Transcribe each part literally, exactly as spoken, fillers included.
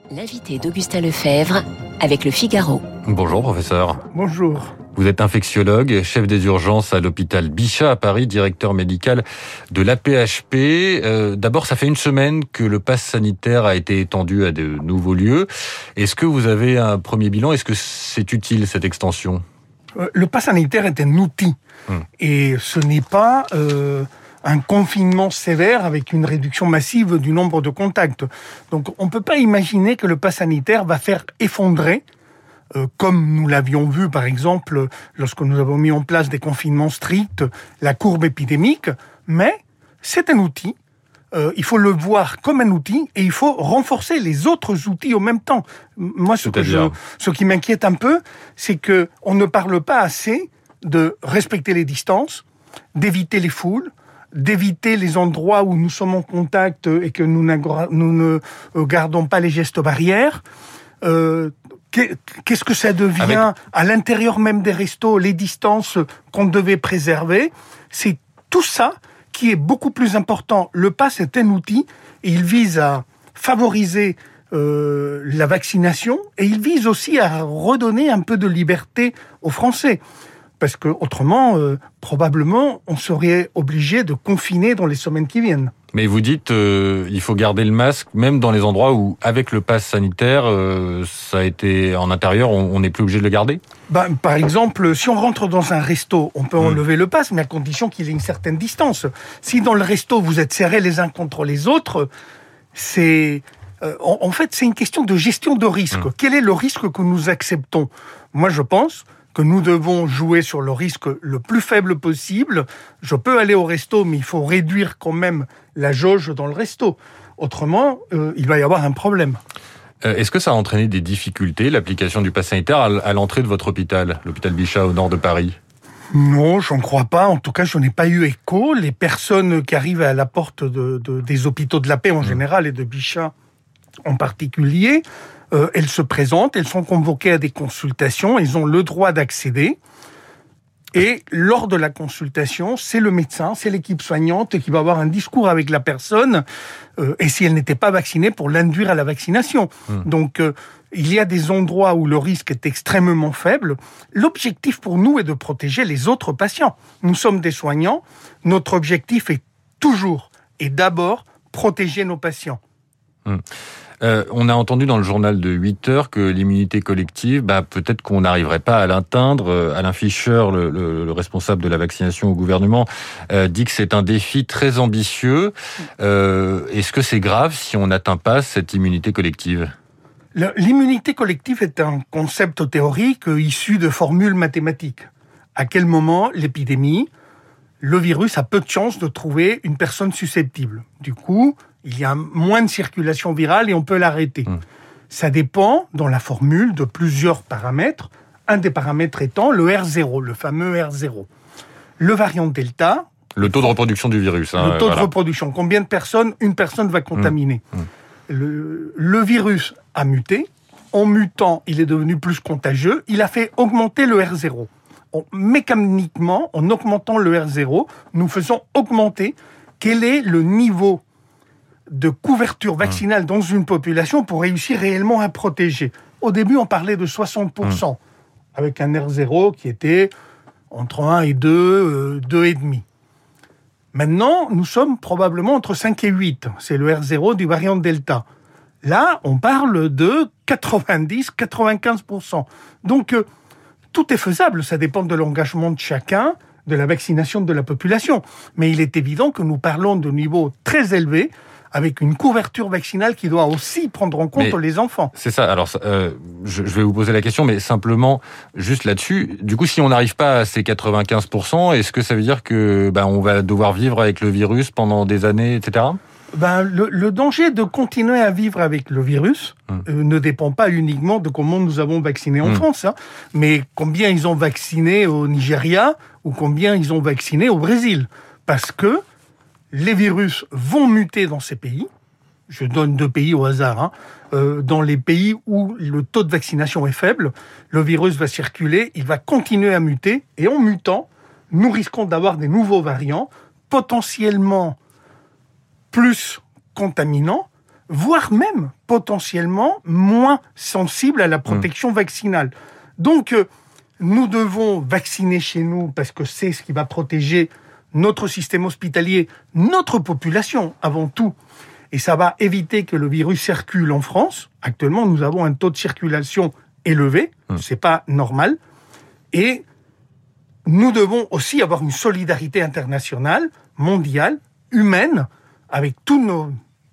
L'invité d'Augustin Lefebvre avec Le Figaro. Bonjour professeur. Bonjour. Vous êtes infectiologue, chef des urgences à l'hôpital Bichat à Paris, directeur médical de l'A P H P. Euh, d'abord, ça fait une semaine que le pass sanitaire a été étendu à de nouveaux lieux. Est-ce que vous avez un premier bilan ? Est-ce que c'est utile cette extension ? Euh, le pass sanitaire est un outil. Hum. Et ce n'est pas... Euh... un confinement sévère avec une réduction massive du nombre de contacts. Donc on ne peut pas imaginer que le pass sanitaire va faire effondrer, euh, comme nous l'avions vu par exemple lorsque nous avons mis en place des confinements stricts, la courbe épidémique, mais c'est un outil. Euh, il faut le voir comme un outil et il faut renforcer les autres outils en même temps. Moi, ce, que je, ce qui m'inquiète un peu, c'est qu'on ne parle pas assez de respecter les distances, d'éviter les foules, d'éviter les endroits où nous sommes en contact et que nous, nous ne gardons pas les gestes barrières. Euh, qu'est-ce que ça devient Avec... à l'intérieur même des restos, les distances qu'on devait préserver. C'est tout ça qui est beaucoup plus important. Le pass est un outil et il vise à favoriser euh, la vaccination et il vise aussi à redonner un peu de liberté aux Français. Parce que autrement, euh, probablement, on serait obligé de confiner dans les semaines qui viennent. Mais vous dites, euh, il faut garder le masque, même dans les endroits où, avec le pass sanitaire, euh, ça a été en intérieur, on n'est plus obligé de le garder ? Ben, par exemple, si on rentre dans un resto, on peut mmh. enlever le pass, mais à condition qu'il ait une certaine distance. Si dans le resto, vous êtes serrés les uns contre les autres, c'est... Euh, en, en fait, c'est une question de gestion de risque. Mmh. Quel est le risque que nous acceptons ? Moi, je pense... que nous devons jouer sur le risque le plus faible possible. Je peux aller au resto, mais il faut réduire quand même la jauge dans le resto. Autrement, euh, il va y avoir un problème. Euh, est-ce que ça a entraîné des difficultés, l'application du pass sanitaire, à, à l'entrée de votre hôpital, l'hôpital Bichat au nord de Paris ? Non, j'en crois pas. En tout cas, je n'ai pas eu écho. Les personnes qui arrivent à la porte de, de, des hôpitaux de la Paix en mmh. général et de Bichat en particulier... Euh, elles se présentent, elles sont convoquées à des consultations, elles ont le droit d'accéder. Et lors de la consultation, c'est le médecin, c'est l'équipe soignante qui va avoir un discours avec la personne, euh, et si elle n'était pas vaccinée, pour l'induire à la vaccination. Mmh. Donc, euh, il y a des endroits où le risque est extrêmement faible. L'objectif pour nous est de protéger les autres patients. Nous sommes des soignants, notre objectif est toujours et d'abord protéger nos patients. Mmh. Euh, on a entendu dans le journal de huit heures que l'immunité collective, bah, peut-être qu'on n'arriverait pas à l'atteindre. Alain Fischer, le, le, le responsable de la vaccination au gouvernement, euh, dit que c'est un défi très ambitieux. Euh, est-ce que c'est grave si on n'atteint pas cette immunité collective ? L'immunité collective est un concept théorique issu de formules mathématiques. À quel moment l'épidémie, le virus a peu de chances de trouver une personne susceptible. Du coup, il y a moins de circulation virale et on peut l'arrêter. Mmh. Ça dépend, dans la formule, de plusieurs paramètres. Un des paramètres étant le R zéro, le fameux R zéro. Le variant Delta... Le taux de reproduction du virus. Hein, le taux voilà. de reproduction. Combien de personnes une personne va contaminer ? Mmh. Mmh. Le, le virus a muté. En mutant, il est devenu plus contagieux. Il a fait augmenter le R zéro. On, mécaniquement, en augmentant le R zéro, nous faisons augmenter quel est le niveau de couverture vaccinale mmh. dans une population pour réussir réellement à protéger. Au début, on parlait de soixante pour cent, mmh. avec un R zéro qui était entre un et deux, euh, deux virgule cinq. Maintenant, nous sommes probablement entre cinq et huit. C'est le R zéro du variant Delta. Là, on parle de quatre-vingt-dix à quatre-vingt-quinze pour cent. Donc, euh, tout est faisable. Ça dépend de l'engagement de chacun, de la vaccination de la population. Mais il est évident que nous parlons de niveaux très élevés, avec une couverture vaccinale qui doit aussi prendre en compte mais les enfants. C'est ça. Alors, euh, je, je vais vous poser la question, mais simplement, juste là-dessus, du coup, si on n'arrive pas à ces quatre-vingt-quinze pour cent, est-ce que ça veut dire que ben, on va devoir vivre avec le virus pendant des années, et cetera ? Ben, le, le danger de continuer à vivre avec le virus hum. euh, ne dépend pas uniquement de comment nous avons vacciné en hum. France, hein, mais combien ils ont vacciné au Nigeria ou combien ils ont vacciné au Brésil. Parce que les virus vont muter dans ces pays. Je donne deux pays au hasard. Hein. Euh, dans les pays où le taux de vaccination est faible, le virus va circuler, il va continuer à muter. Et en mutant, nous risquons d'avoir des nouveaux variants, potentiellement plus contaminants, voire même potentiellement moins sensibles à la protection mmh. vaccinale. Donc, euh, nous devons vacciner chez nous parce que c'est ce qui va protéger notre système hospitalier, notre population avant tout. Et ça va éviter que le virus circule en France. Actuellement, nous avons un taux de circulation élevé. Mmh. C'est pas normal. Et nous devons aussi avoir une solidarité internationale, mondiale, humaine, avec tous nos,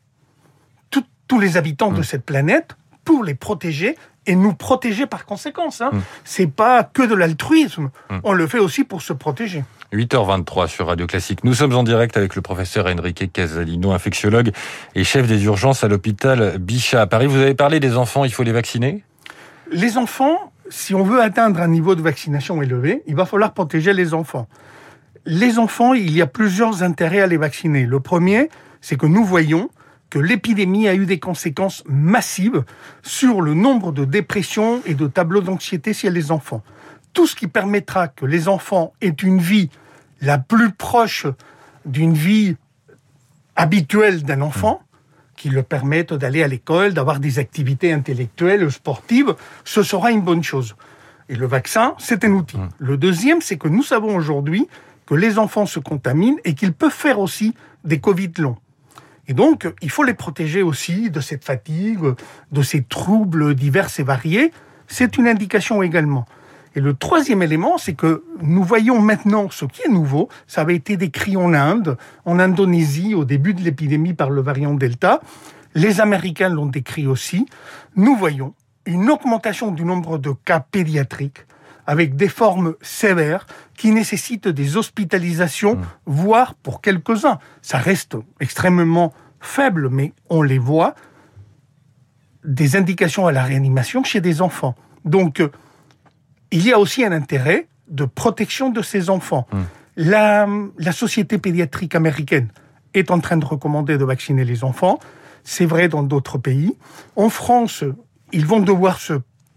tout, tous les habitants mmh. de cette planète pour les protéger et nous protéger par conséquence. Hein. Mmh. C'est pas que de l'altruisme. Mmh. On le fait aussi pour se protéger. huit heures vingt-trois sur Radio Classique. Nous sommes en direct avec le professeur Enrique Casalino, infectiologue et chef des urgences à l'hôpital Bichat à Paris. Vous avez parlé des enfants, il faut les vacciner ? Les enfants, si on veut atteindre un niveau de vaccination élevé, il va falloir protéger les enfants. Les enfants, il y a plusieurs intérêts à les vacciner. Le premier, c'est que nous voyons que l'épidémie a eu des conséquences massives sur le nombre de dépressions et de tableaux d'anxiété chez les enfants. Tout ce qui permettra que les enfants aient une vie la plus proche d'une vie habituelle d'un enfant, qui leur permette d'aller à l'école, d'avoir des activités intellectuelles, sportives, ce sera une bonne chose. Et le vaccin, c'est un outil. Le deuxième, c'est que nous savons aujourd'hui que les enfants se contaminent et qu'ils peuvent faire aussi des Covid longs. Et donc, il faut les protéger aussi de cette fatigue, de ces troubles divers et variés. C'est une indication également. Et le troisième élément, c'est que nous voyons maintenant ce qui est nouveau. Ça avait été décrit en Inde, en Indonésie, au début de l'épidémie par le variant Delta. Les Américains l'ont décrit aussi. Nous voyons une augmentation du nombre de cas pédiatriques avec des formes sévères qui nécessitent des hospitalisations, mmh. voire pour quelques-uns. Ça reste extrêmement faible, mais on les voit, des indications à la réanimation chez des enfants. Donc, il y a aussi un intérêt de protection de ces enfants. Mmh. La, la Société pédiatrique américaine est en train de recommander de vacciner les enfants. C'est vrai dans d'autres pays. En France, ils vont devoir se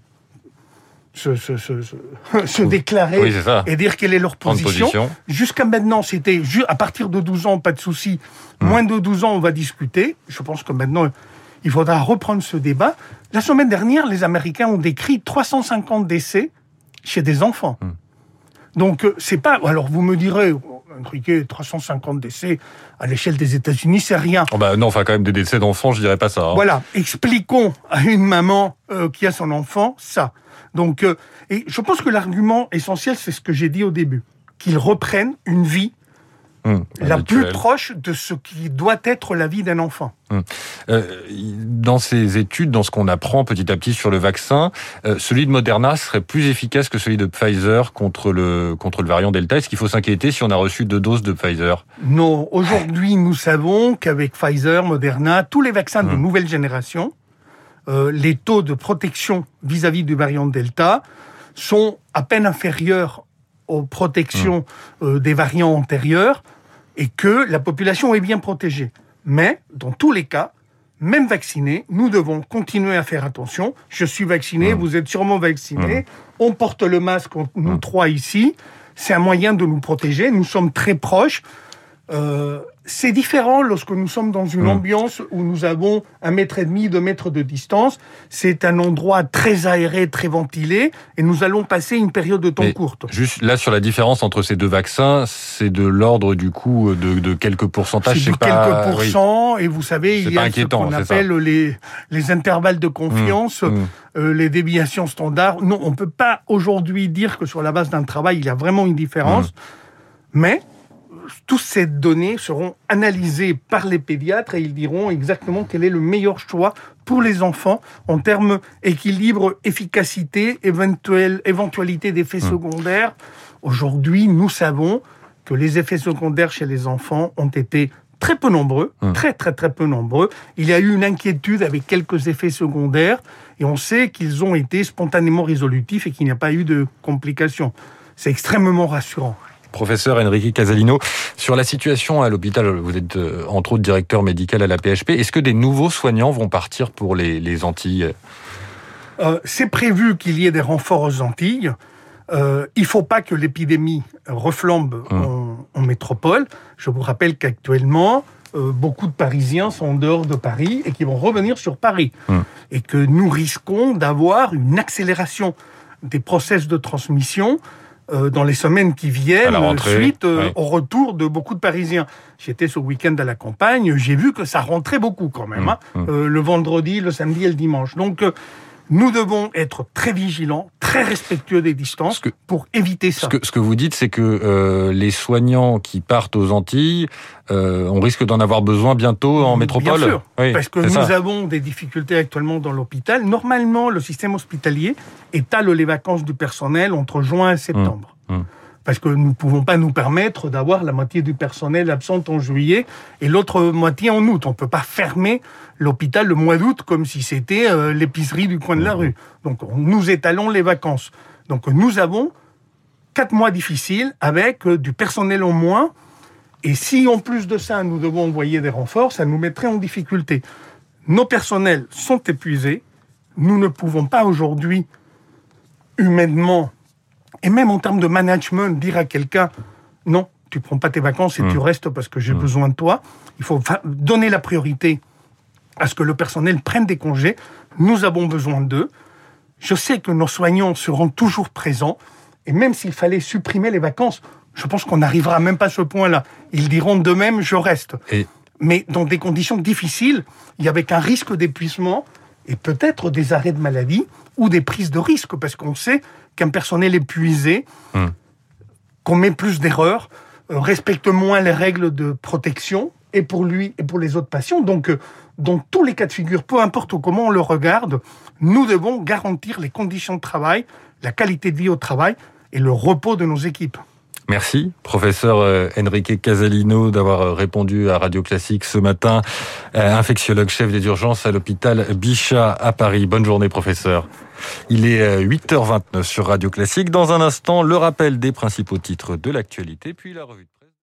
se, se, se, se, se déclarer oui, et dire quelle est leur position. position. Jusqu'à maintenant, c'était à partir de douze ans, pas de souci. Mmh. Moins de douze ans, on va discuter. Je pense que maintenant, il faudra reprendre ce débat. La semaine dernière, les Américains ont décrit trois cent cinquante décès chez des enfants. Mmh. Donc, c'est pas... Alors, vous me direz, Enrique, trois cent cinquante décès à l'échelle des États-Unis, c'est rien. Oh bah non, enfin, quand même, des décès d'enfants, je dirais pas ça. Hein. Voilà. Expliquons à une maman euh, qui a son enfant ça. Donc, euh, et je pense que l'argument essentiel, c'est ce que j'ai dit au début. Qu'ils reprennent une vie Mmh, la habituel. plus proche de ce qui doit être la vie d'un enfant. Mmh. Euh, dans ces études, dans ce qu'on apprend petit à petit sur le vaccin, euh, celui de Moderna serait plus efficace que celui de Pfizer contre le, contre le variant Delta. Est-ce qu'il faut s'inquiéter si on a reçu deux doses de Pfizer ? Non. Aujourd'hui, nous savons qu'avec Pfizer, Moderna, tous les vaccins mmh. de nouvelle génération, euh, les taux de protection vis-à-vis du variant Delta sont à peine inférieurs aux protections mmh. euh, des variants antérieurs, et que la population est bien protégée. Mais, dans tous les cas, même vaccinés, nous devons continuer à faire attention. Je suis vacciné, mmh. vous êtes sûrement vaccinés. Mmh. On porte le masque, nous mmh. trois ici. C'est un moyen de nous protéger. Nous sommes très proches. Euh, c'est différent lorsque nous sommes dans une mmh. ambiance où nous avons un mètre et demi, deux mètres de distance. C'est un endroit très aéré, très ventilé, et nous allons passer une période de temps Mais courte. Juste là, sur la différence entre ces deux vaccins, c'est de l'ordre du coup de, de quelques pourcentages. C'est de quelques pas... pourcents, oui. Et vous savez, c'est il y a ce qu'on appelle les, les intervalles de confiance, mmh. Mmh. Euh, les déviations standards. Non, on ne peut pas aujourd'hui dire que sur la base d'un travail, il y a vraiment une différence, mmh. mais toutes ces données seront analysées par les pédiatres et ils diront exactement quel est le meilleur choix pour les enfants en termes équilibre, efficacité, éventuelle, éventualité d'effets mmh. secondaires. Aujourd'hui, nous savons que les effets secondaires chez les enfants ont été très peu nombreux, mmh. très très très peu nombreux. Il y a eu une inquiétude avec quelques effets secondaires et on sait qu'ils ont été spontanément résolutifs et qu'il n'y a pas eu de complications. C'est extrêmement rassurant. Professeur Enrique Casalino, sur la situation à l'hôpital, vous êtes euh, entre autres directeur médical à la P H P. Est-ce que des nouveaux soignants vont partir pour les, les Antilles ? euh, C'est prévu qu'il y ait des renforts aux Antilles. Euh, il ne faut pas que l'épidémie reflambe mmh. en, en métropole. Je vous rappelle qu'actuellement, euh, beaucoup de Parisiens sont en dehors de Paris et qui vont revenir sur Paris. Mmh. Et que nous risquons d'avoir une accélération des process de transmission euh, dans les semaines qui viennent, rentrée, suite euh, oui. au retour de beaucoup de Parisiens. J'étais ce week-end à la campagne, j'ai vu que ça rentrait beaucoup quand même, mmh. hein, mmh. Euh, le vendredi, le samedi et le dimanche. Donc, euh, nous devons être très vigilants, très respectueux des distances que, pour éviter ça. Ce que, ce que vous dites, c'est que euh, les soignants qui partent aux Antilles, euh, on risque d'en avoir besoin bientôt en métropole. Bien sûr, oui, parce que nous ça. avons des difficultés actuellement dans l'hôpital. Normalement, le système hospitalier étale les vacances du personnel entre juin et septembre. Mmh. Mmh. Parce que nous ne pouvons pas nous permettre d'avoir la moitié du personnel absente en juillet et l'autre moitié en août. On ne peut pas fermer l'hôpital le mois d'août comme si c'était euh, l'épicerie du coin de la rue. Donc nous étalons les vacances. Donc nous avons quatre mois difficiles avec euh, du personnel en moins. Et si en plus de ça, nous devons envoyer des renforts, ça nous mettrait en difficulté. Nos personnels sont épuisés. Nous ne pouvons pas aujourd'hui, humainement, et même en termes de management, dire à quelqu'un « Non, tu ne prends pas tes vacances et mmh. tu restes parce que j'ai mmh. besoin de toi ». Il faut donner la priorité à ce que le personnel prenne des congés. Nous avons besoin d'eux. Je sais que nos soignants seront toujours présents. Et même s'il fallait supprimer les vacances, je pense qu'on n'arrivera même pas à ce point-là. Ils diront d'eux-mêmes « je reste et... ». Mais dans des conditions difficiles, et avec un risque d'épuisement et peut-être des arrêts de maladie ou des prises de risque, parce qu'on sait qu'un personnel épuisé mmh. commet plus d'erreurs, euh, respecte moins les règles de protection, et pour lui et pour les autres patients. Donc, euh, dans tous les cas de figure, peu importe comment on le regarde, nous devons garantir les conditions de travail, la qualité de vie au travail et le repos de nos équipes. Merci, professeur Enrique Casalino, d'avoir répondu à Radio Classique ce matin, infectiologue chef des urgences à l'hôpital Bichat à Paris. Bonne journée, professeur. Il est huit heures vingt-neuf sur Radio Classique. Dans un instant, le rappel des principaux titres de l'actualité, puis la revue de presse.